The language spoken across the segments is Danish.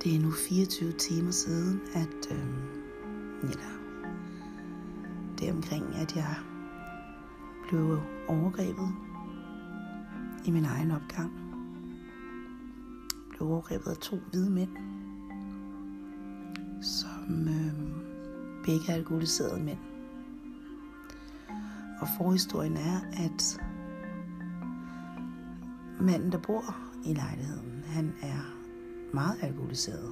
Det er nu 24 timer siden, det er omkring, at jeg blev overgrebet i min egen opgang. Jeg blev overgrebet af 2 hvide mænd, som begge er alkoholiserede mænd. Og forhistorien er, at manden, der bor i lejligheden, han er meget alkoholiseret.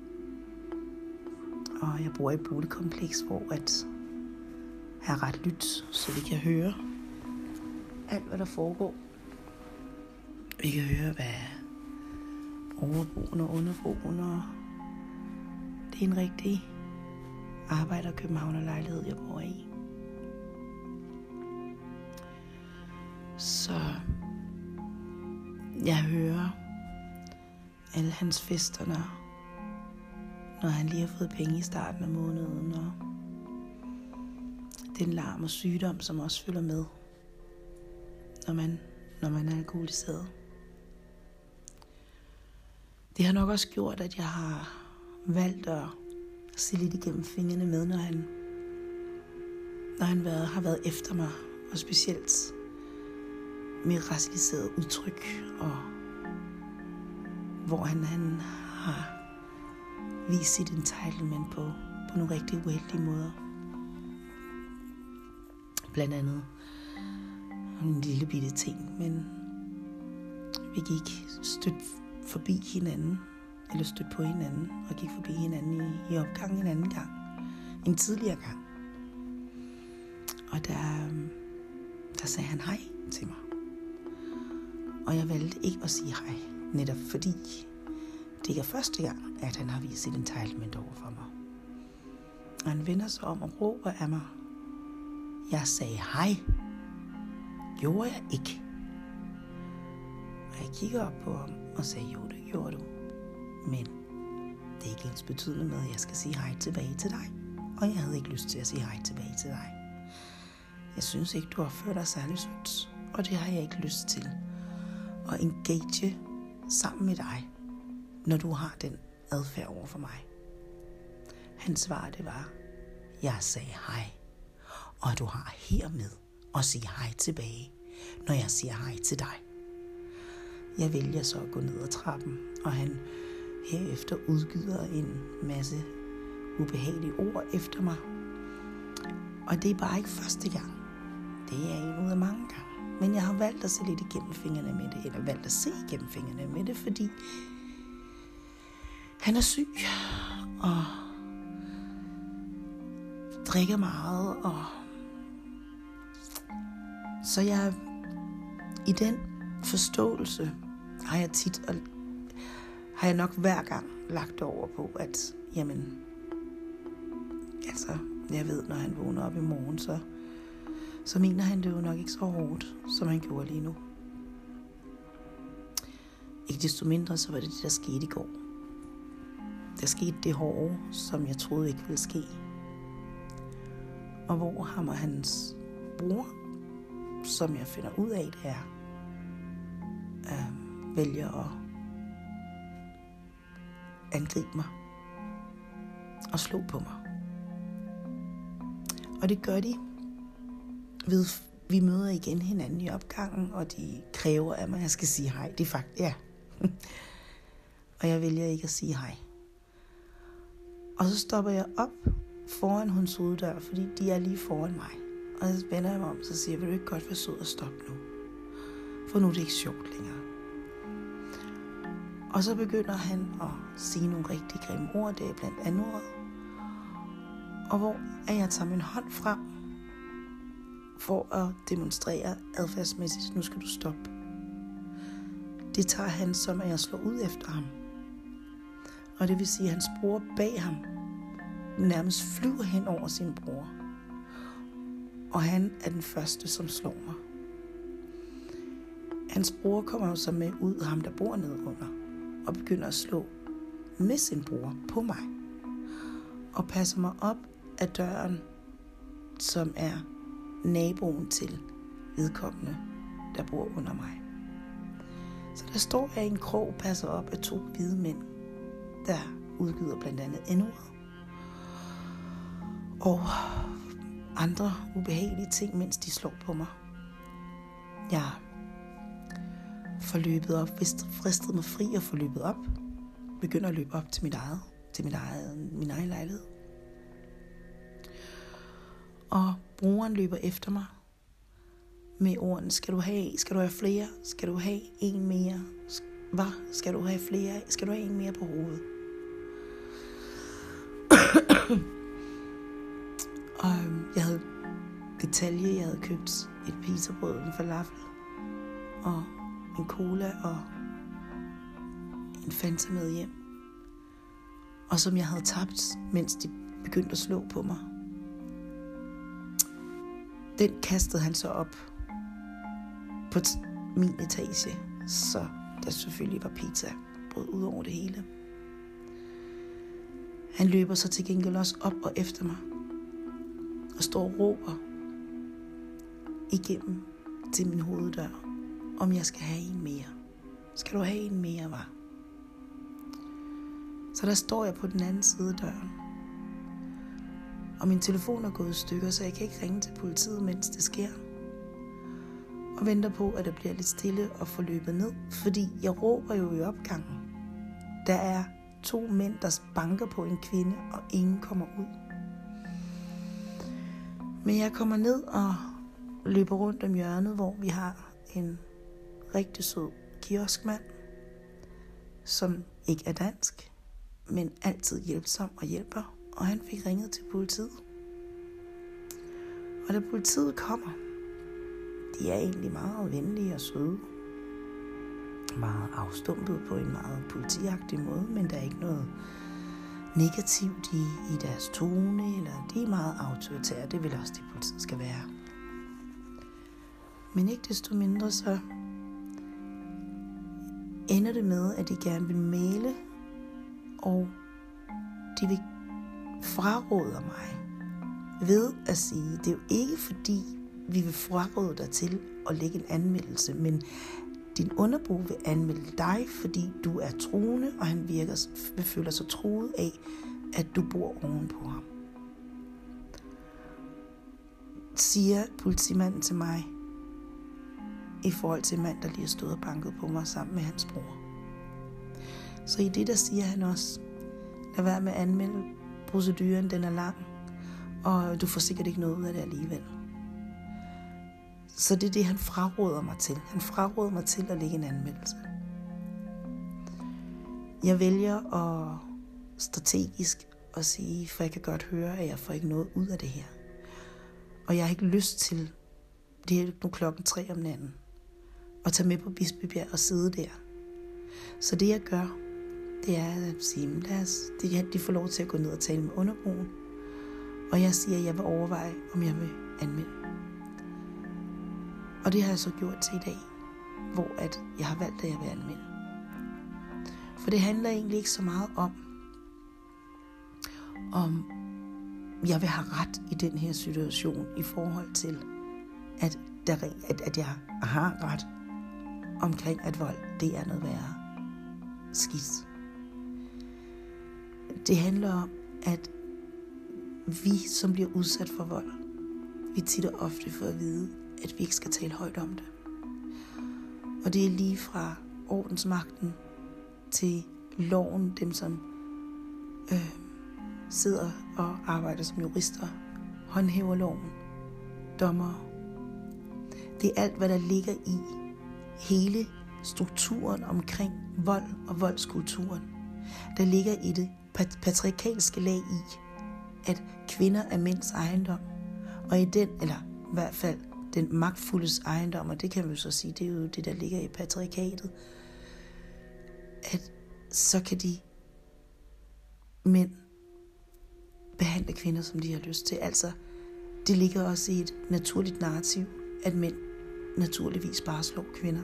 Og jeg bor i et boligkompleks, hvor at her er ret lyt, så vi kan høre alt, hvad der foregår. Vi kan høre, hvad overboende og underboende, og det er en rigtig arbejder-københavner-lejlighed, jeg bor i. Så jeg hører alle hans fester, når han lige har fået penge i starten af måneden, og den larm og sygdom, som også følger med, når man er alkoholiseret. Det har nok også gjort, at jeg har valgt at se lidt igennem fingrene med, når han har været efter mig, og specielt med racialiserede udtryk, og hvor han har vist sit entitlement på nogle rigtig uheldige måder. Blandt andet en lille bitte ting, men vi gik stødt på hinanden, og gik forbi hinanden i opgangen en anden gang, en tidligere gang. Og der sagde han hej til mig. Og jeg valgte ikke at sige hej, netop fordi det ikke er første gang, at han har vist sit entitlement over for mig. Og han vender sig om og råber af mig. Jeg sagde hej. Gjorde jeg ikke? Og jeg kigger op på ham og sagde, jo, det gjorde du. Men det er ikke ens betydende med, at jeg skal sige hej tilbage til dig. Og jeg havde ikke lyst til at sige hej tilbage til dig. Jeg synes ikke, du har ført dig særlig sødt, og det har jeg ikke lyst til at engage sammen med dig, når du har den adfærd over for mig. Hans svar, det var, jeg sagde hej, og du har hermed at sige hej tilbage, når jeg siger hej til dig. Jeg vælger så at gå ned ad trappen, og han herefter udgyder en masse ubehagelige ord efter mig. Og det er bare ikke første gang. Det er en ud af mange gange. Men jeg har valgt at se lidt igennem fingrene med det, eller valgt at se igennem fingrene med det, fordi han er syg, og drikker meget, og så jeg i den forståelse har jeg nok hver gang lagt over på, at jeg ved, når han vågner op i morgen, så mener han det jo nok ikke så hårdt, som han gjorde lige nu. Ikke desto mindre, så var det der skete i går. Der skete det hårde, som jeg troede ikke ville ske. Og hvor ham og hans bror, som jeg finder ud af, det er, vælger at angribe mig og slå på mig. Og det gør de ved, vi møder igen hinanden i opgangen, og de kræver af mig, at jeg skal sige hej. Det er faktisk, ja. Og jeg vælger ikke at sige hej. Og så stopper jeg op foran hans hoveddør, fordi de er lige foran mig. Og så vender jeg mig om, så siger jeg, vil du ikke godt være sød og stoppe nu? For nu er det ikke sjovt længere. Og så begynder han at sige nogle rigtig grimme ord, det er blandt andet ord. Og hvor jeg tager min hånd frem, for at demonstrere adfærdsmæssigt, nu skal du stoppe. Det tager han som, at jeg slår ud efter ham. Og det vil sige, at hans bror bag ham nærmest flyver hen over sin bror. Og han er den første, som slår mig. Hans bror kommer jo så med ud, ham der bor nede under, og begynder at slå med sin bror på mig. Og passer mig op af døren, som er naboen til vedkommende, der bor under mig. Så der står jeg i en krog, passer op af 2 hvide mænd, der udgyder blandt andet N-ordet. Og andre ubehagelige ting, mens de slår på mig. Jeg får løbet op, fristet mig fri og får løbet op. Begynder at løbe op til min egen lejlighed. Og brugeren løber efter mig med ordene, skal du have flere? Skal du have en mere? Hvad? Skal du have flere? Skal du have en mere på hovedet? Og jeg havde detalje, jeg havde købt et pizzabrød, en falafel og en cola og en Fanta med hjem. Og som jeg havde tabt, mens de begyndte at slå på mig. Den kastede han så op på min etage, så der selvfølgelig var pizzabrød ud over det hele. Han løber så til gengæld også op og efter mig, og står og råber igennem til min hoveddør, om jeg skal have en mere. Skal du have en mere, hva'? Så der står jeg på den anden side af døren. Og min telefon er gået i stykker, så jeg kan ikke ringe til politiet, mens det sker. Og venter på, at der bliver lidt stille og får løbet ned. Fordi jeg råber jo i opgangen. Der er 2 mænd, der banker på en kvinde, og ingen kommer ud. Men jeg kommer ned og løber rundt om hjørnet, hvor vi har en rigtig sød kioskmand, som ikke er dansk, men altid hjælpsom og hjælper. Og han fik ringet til politiet. Og da politiet kommer, de er egentlig meget venlige og søde. Meget afstumpet på en meget politiagtig måde, men der er ikke noget negativt i deres tone, eller de er meget autoritære. Det vil også det politiet skal være. Men ikke desto mindre så ender det med, at de gerne vil mægle, og de vil fraråde mig ved at sige, det er jo ikke fordi, vi vil fraråde dig til at lægge en anmeldelse, men din underbo vil anmelde dig, fordi du er truende, og han føler sig truet af, at du bor ovenpå ham. Siger politimanden til mig, i forhold til en mand, der lige har stået og banket på mig sammen med hans bror. Så i det, der siger han også, lad være med at anmelde, proceduren den er lang, og du får sikkert ikke noget ud af det alligevel. Så det er det, han fraråder mig til. Han fraråder mig til at lægge en anmeldelse. Jeg vælger at strategisk at sige, for jeg kan godt høre, at jeg får ikke noget ud af det her. Og jeg har ikke lyst til, det er nu 3:00 om natten, at tage med på Bispebjerg og sidde der. Så det jeg gør, det er at sige, de får lov til at gå ned og tale med underboen. Og jeg siger, at jeg vil overveje, om jeg vil anmelde. Og det har jeg så gjort til i dag, hvor at jeg har valgt, at jeg vil anmelde. For det handler egentlig ikke så meget om jeg vil have ret i den her situation i forhold til, at jeg har ret omkring, at vold, det er noget værre skidt. Det handler om, at vi, som bliver udsat for vold, vi tit og ofte får at vide, at vi ikke skal tale højt om det. Og det er lige fra ordensmagten til loven, dem som sidder og arbejder som jurister, håndhæver loven, dommere. Det er alt, hvad der ligger i hele strukturen omkring vold og voldskulturen. Der ligger i det patriarkalske lag i, at kvinder er mænds ejendom. Og i den, eller i hvert fald den magtfuldes ejendom, og det kan man jo så sige, det er jo det, der ligger i patriarkatet, at så kan de mænd behandle kvinder, som de har lyst til. Altså, det ligger også i et naturligt narrativ, at mænd naturligvis bare slår kvinder.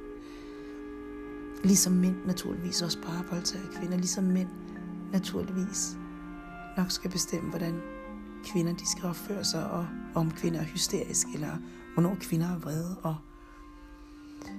Ligesom mænd naturligvis også bare voldtager kvinder. Ligesom mænd naturligvis nok skal bestemme, hvordan kvinder de skal opføre sig, og om kvinder er hysteriske, eller hvornår kvinder er vrede, og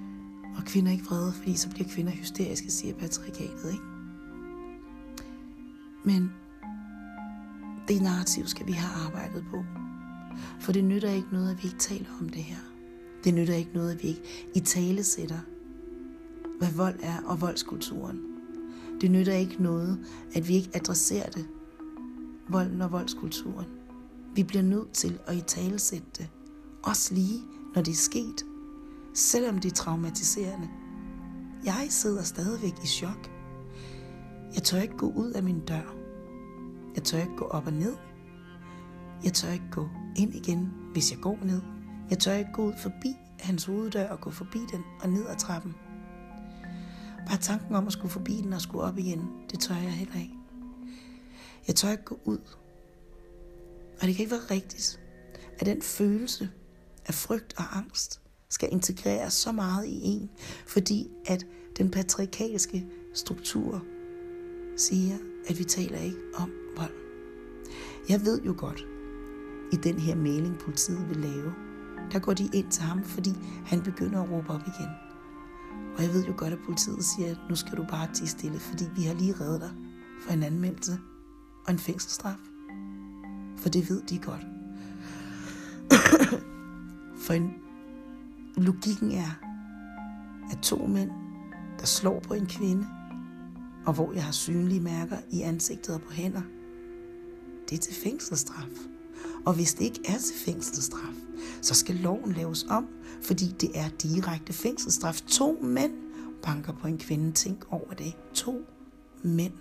kvinder er ikke vrede, fordi så bliver kvinder hysteriske, siger patriarkatet, ikke? Men det narrativ skal vi have arbejdet på. For det nytter ikke noget, at vi ikke taler om det her. Det nytter ikke noget, at vi ikke italesætter, hvad vold er og voldskulturen. Det nytter ikke noget, at vi ikke adresserer det, volden og voldskulturen. Vi bliver nødt til at italesætte det, også lige når det er sket, selvom det er traumatiserende. Jeg sidder stadigvæk i chok. Jeg tør ikke gå ud af min dør. Jeg tør ikke gå op og ned. Jeg tør ikke gå ind igen, hvis jeg går ned. Jeg tør ikke gå ud forbi hans hoveddør og gå forbi den og ned ad trappen. Bare tanken om at skulle forbi den og skulle op igen, det tør jeg heller ikke. Jeg tør ikke gå ud. Og det kan ikke være rigtigt, at den følelse af frygt og angst skal integreres så meget i en, fordi at den patriarkalske struktur siger, at vi taler ikke om vold. Jeg ved jo godt, i den her mailing politiet vil lave, der går de ind til ham, fordi han begynder at råbe op igen. Og jeg ved jo godt, at politiet siger, at nu skal du bare tie stille, fordi vi har lige reddet dig for en anmeldelse og en fængselsstraf. For det ved de godt. For logikken er, at 2 mænd, der slår på en kvinde, og hvor jeg har synlige mærker i ansigtet og på hænder, det er til fængselsstraf. Og hvis det ikke er til fængselsstraf, så skal loven laves om, fordi det er direkte fængselsstraf. 2 mænd banker på en kvinde. Tænk over det. 2 mænd.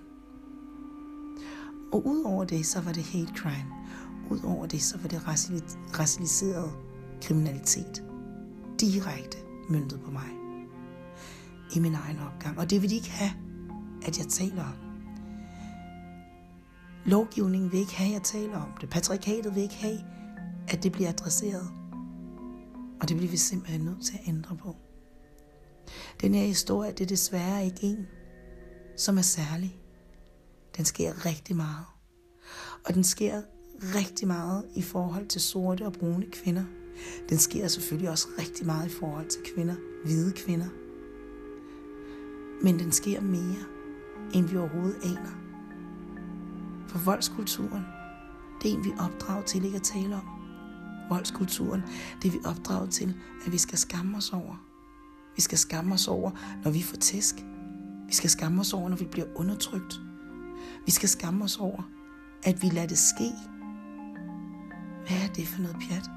Og udover det, så var det hate crime. Udover det, så var det racialiseret kriminalitet. Direkte møntet på mig. I min egen opgang. Og det vil de ikke have, at jeg taler om. Lovgivningen vil ikke have, at jeg taler om det. Patriarkatet vil ikke have, at det bliver adresseret. Og det bliver vi simpelthen nødt til at ændre på. Den her historie, det er desværre ikke en, som er særlig. Den sker rigtig meget. Og den sker rigtig meget i forhold til sorte og brune kvinder. Den sker selvfølgelig også rigtig meget i forhold til kvinder, hvide kvinder. Men den sker mere, end vi overhovedet aner. For voldskulturen, det er en, vi er opdraget til ikke at tale om. Voldskulturen, det er vi opdraget til, at vi skal skamme os over. Vi skal skamme os over, når vi får tæsk. Vi skal skamme os over, når vi bliver undertrykt. Vi skal skamme os over, at vi lader det ske. Hvad er det for noget pjat?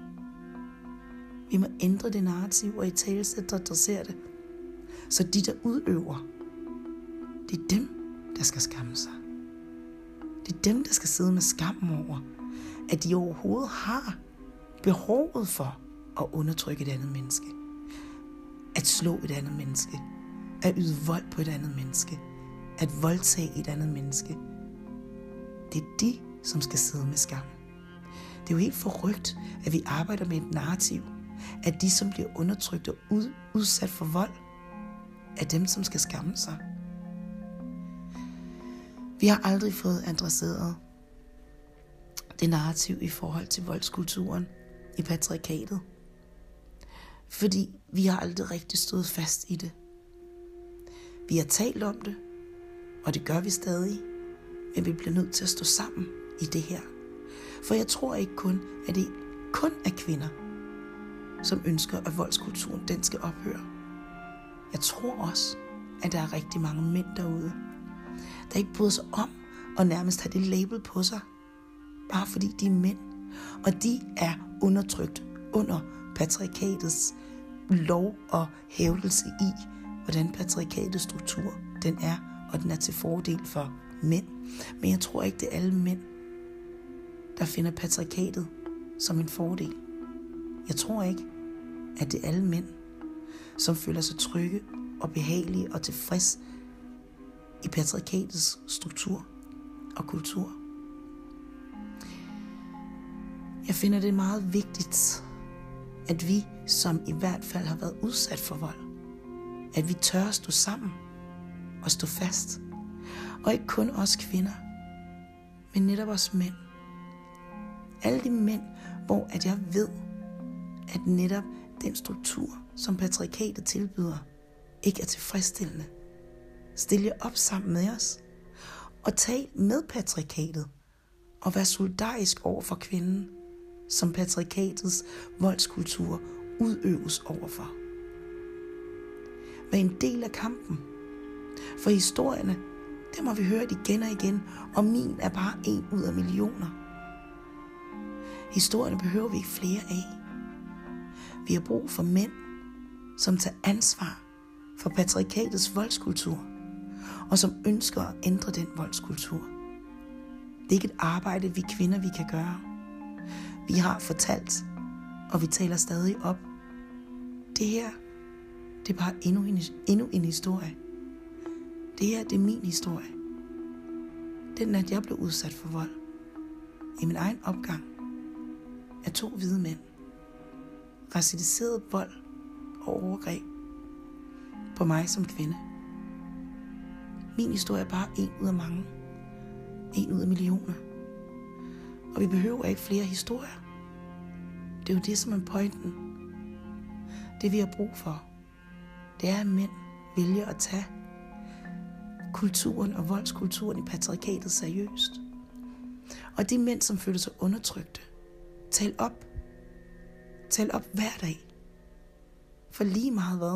Vi må ændre det narrativ og i talesæt, der adresserer det. Så de, der udøver, det er dem, der skal skamme sig. Det er dem, der skal sidde med skammen over, at de overhovedet har behovet for at undertrykke et andet menneske. At slå et andet menneske. At yde vold på et andet menneske. At voldtage et andet menneske. Det er de, som skal sidde med skam. Det er jo helt forrygt, at vi arbejder med et narrativ, at de, som bliver undertrykt og udsat for vold, er dem, som skal skamme sig. Vi har aldrig fået adresseret det narrativ i forhold til voldskulturen i patriarkatet. Fordi vi har aldrig rigtig stået fast i det. Vi har talt om det, og det gør vi stadig, men vi bliver nødt til at stå sammen i det her. For jeg tror ikke kun, at det kun er kvinder, som ønsker, at voldskulturen den skal ophøre. Jeg tror også, at der er rigtig mange mænd derude, der ikke bryder sig om og nærmest have det label på sig, bare fordi de er mænd, og de er undertrykt under patriarkatets lov og hævdelse i, hvordan patriarkatets struktur den er, og den er til fordel for mænd. Men jeg tror ikke, det er alle mænd, der finder patriarkatet som en fordel. Jeg tror ikke, at det er alle mænd, som føler sig trygge og behagelige og tilfreds i patriarkatets struktur og kultur. Jeg finder det meget vigtigt, at vi, som i hvert fald har været udsat for vold, at vi tør at stå sammen og stå fast. Og ikke kun os kvinder, men netop os mænd. Alle de mænd, hvor at jeg ved, at netop den struktur, som patriarkatet tilbyder, ikke er tilfredsstillende. Stil jer op sammen med os Og tal med patriarkatet. Og vær solidarisk over for kvinden, som patriarkatets voldskultur udøves overfor. Vær en del af kampen. For historierne, dem har vi hørt igen og igen, og min er bare 1 ud af millioner. Historierne behøver vi ikke flere af. Vi har brug for mænd, som tager ansvar for patriarkatets voldskultur, og som ønsker at ændre den voldskultur. Det er ikke et arbejde, vi kvinder vi kan gøre. Vi har fortalt, og vi taler stadig op. Det her, det er bare endnu en historie. Det her, det er min historie. Den nat, jeg blev udsat for vold. I min egen opgang af 2 hvide mænd. Racialiseret vold og overgreb på mig som kvinde. Min historie er bare 1 ud af mange. 1 ud af millioner. Og vi behøver ikke flere historier. Det er jo det, som er pointen. Det vi har brug for, det er, at mænd vælger at tage kulturen og voldskulturen i patriarkatet seriøst. Og de mænd, som føler sig undertrykte, tal op. Tal op hver dag. For lige meget hvad,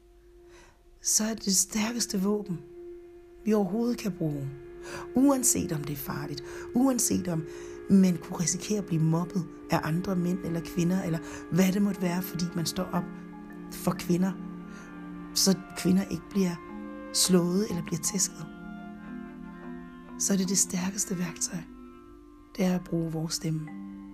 så er det stærkeste våben, vi overhovedet kan bruge. Uanset om det er farligt. Uanset om man kunne risikere at blive mobbet af andre mænd eller kvinder, eller hvad det måtte være, fordi man står op for kvinder, så kvinder ikke bliver slået eller bliver tæsket. Så er det stærkeste værktøj, det er at bruge vores stemme.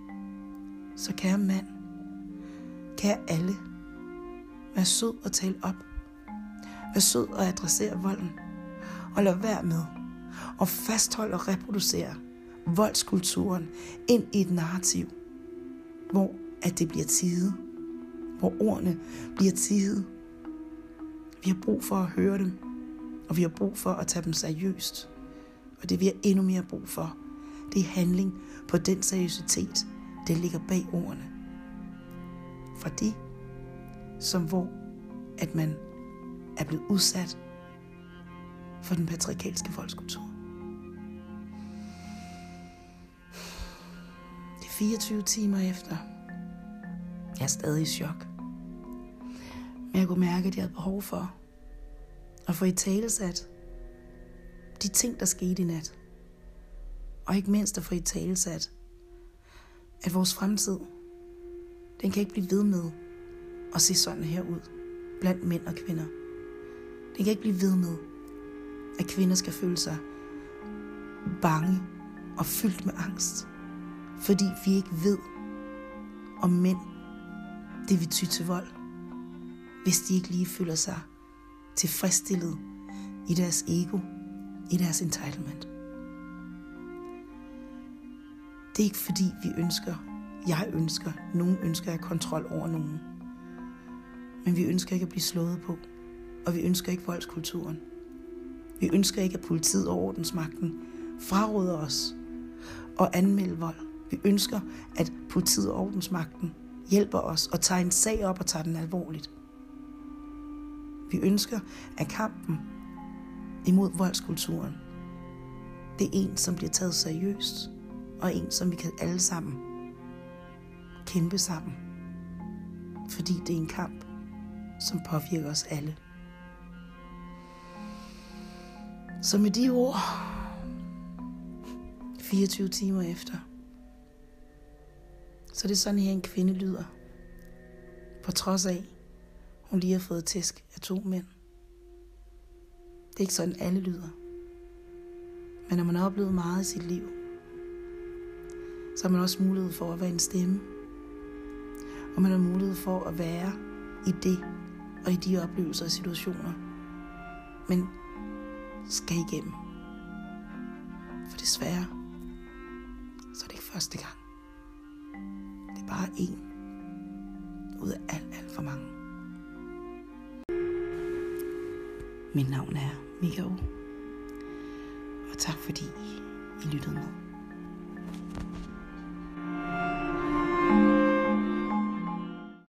Så kære mand, kære alle, vær sød og tale op. Vær sød og adressere volden. Og lad være med at fastholde og reproducere voldskulturen ind i et narrativ, hvor at det bliver tidet. Hvor ordene bliver tidet. Vi har brug for at høre dem, og vi har brug for at tage dem seriøst. Og det vi har endnu mere brug for, det er handling på den seriøsitet, der ligger bag ordene. For de, som hvor at man er blevet udsat for den patriarkalske voldskultur. Det er 24 timer efter. Jeg er stadig i chok. Men jeg kunne mærke, at jeg havde behov for at få italesat de ting, der skete i nat. Og ikke mindst at få italesat, at vores fremtid, den kan ikke blive ved med at se sådan her ud blandt mænd og kvinder. Den kan ikke blive ved med, at kvinder skal føle sig bange og fyldt med angst, fordi vi ikke ved, om mænd det vil ty til vold, hvis de ikke lige føler sig tilfredsstillet i deres ego, i deres entitlement. Det er ikke fordi nogen ønsker at have kontrol over nogen. Men vi ønsker ikke at blive slået på, og vi ønsker ikke voldskulturen. Vi ønsker ikke, at politiet og ordensmagten fraråder os at anmelde vold. Vi ønsker, at politiet og ordensmagten hjælper os og tager en sag op og tager den alvorligt. Vi ønsker, at kampen imod voldskulturen, det er en, som bliver taget seriøst, og en, som vi kan alle sammen kæmpe sammen. Fordi det er en kamp, som påvirker os alle. Så med de ord, 24 timer efter, så er det sådan her en kvinde lyder, på trods af, hun lige har fået tæsk af 2 mænd. Det er ikke sådan alle lyder. Men når man har oplevet meget i sit liv, så har man også mulighed for at være en stemme. Og man har mulighed for at være i det og i de oplevelser og situationer, men skal igennem. For desværre, så er det ikke første gang. Det er bare 1 ud af alt for mange. Mit navn er Mika O. Og tak fordi I lyttede med.